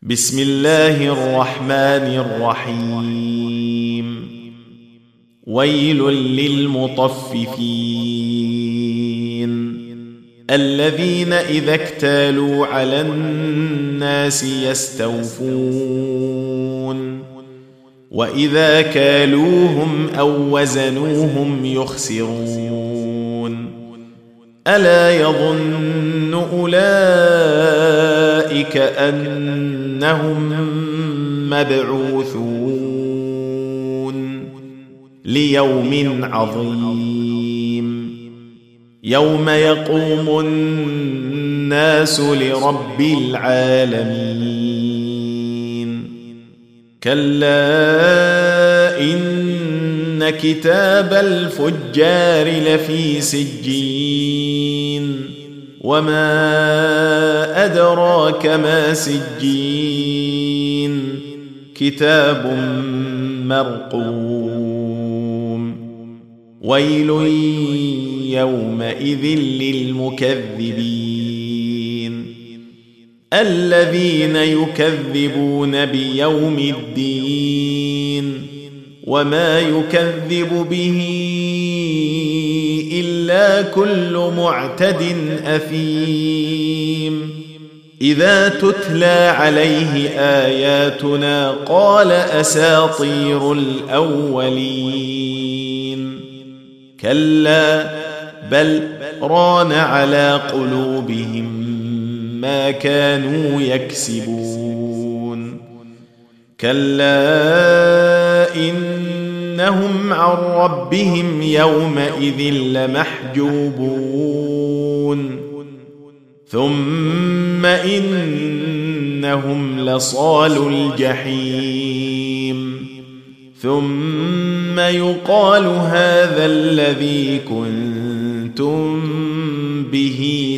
بسم الله الرحمن الرحيم ويل للمطففين الذين إذا اكتالوا على الناس يستوفون وإذا كالوهم أو وزنوهم يخسرون ألا يظن أولئك أنهم مبعوثون ليوم عظيم يوم يقوم الناس لرب العالمين كلا إن كتاب الفجار لفي سجين وما أدراك ما سجين كتاب مرقوم ويل يومئذ للمكذبين الذين يكذبون بيوم الدين وما يكذب به إلا كل معتد أثيم إذا تتلى عليه آياتنا قال أساطير الأولين كلا بل ران على قلوبهم ما كانوا يكسبون كلا إنهم عن ربهم يومئذ لمحجوبون ثم إنهم لصالو الجحيم ثم يقال هذا الذي كنتم به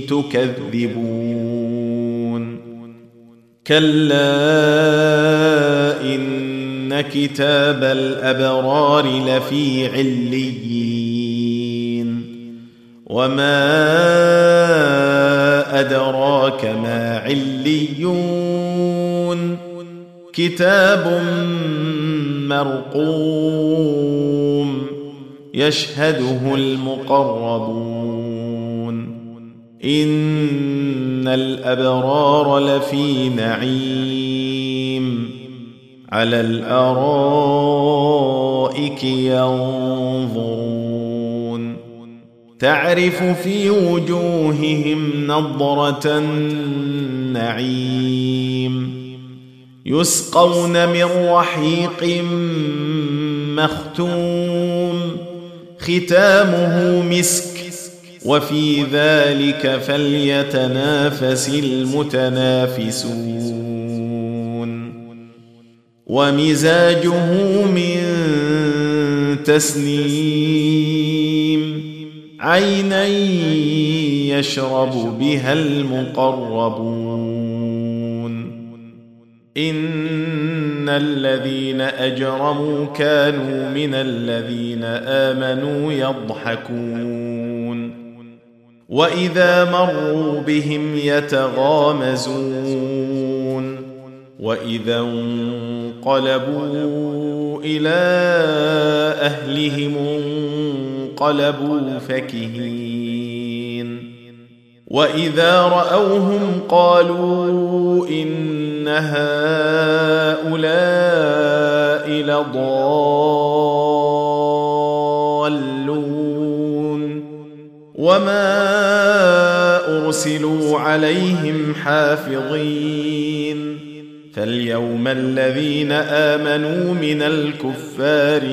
تكذبون كلا إن كتاب الأبرار لفي عليين وما أدراك ما عليون كتاب مرقوم يشهده المقربون إن الأبرار لفي نعيم على الأرائك ينظرون تعرف في وجوههم نضرة النعيم يسقون من رحيق مختوم ختامه مسك وفي ذلك فليتنافس المتنافسون ومزاجه من تسنيم عينا يشرب بها المقربون إن الذين أجرموا كانوا من الذين آمنوا يضحكون وإذا مروا بهم يتغامزون وإذا انقلبوا إلى أهلهم انقلبوا فكهين وإذا رأوهم قالوا إن هؤلاء لضالون وما أرسلوا عليهم حافظين فاليوم الذين آمنوا من الكفار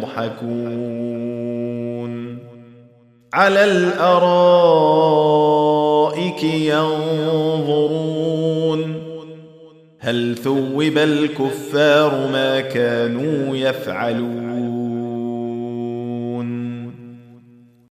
يضحكون على الأرائك ينظرون هل ثوب الكفار ما كانوا يفعلون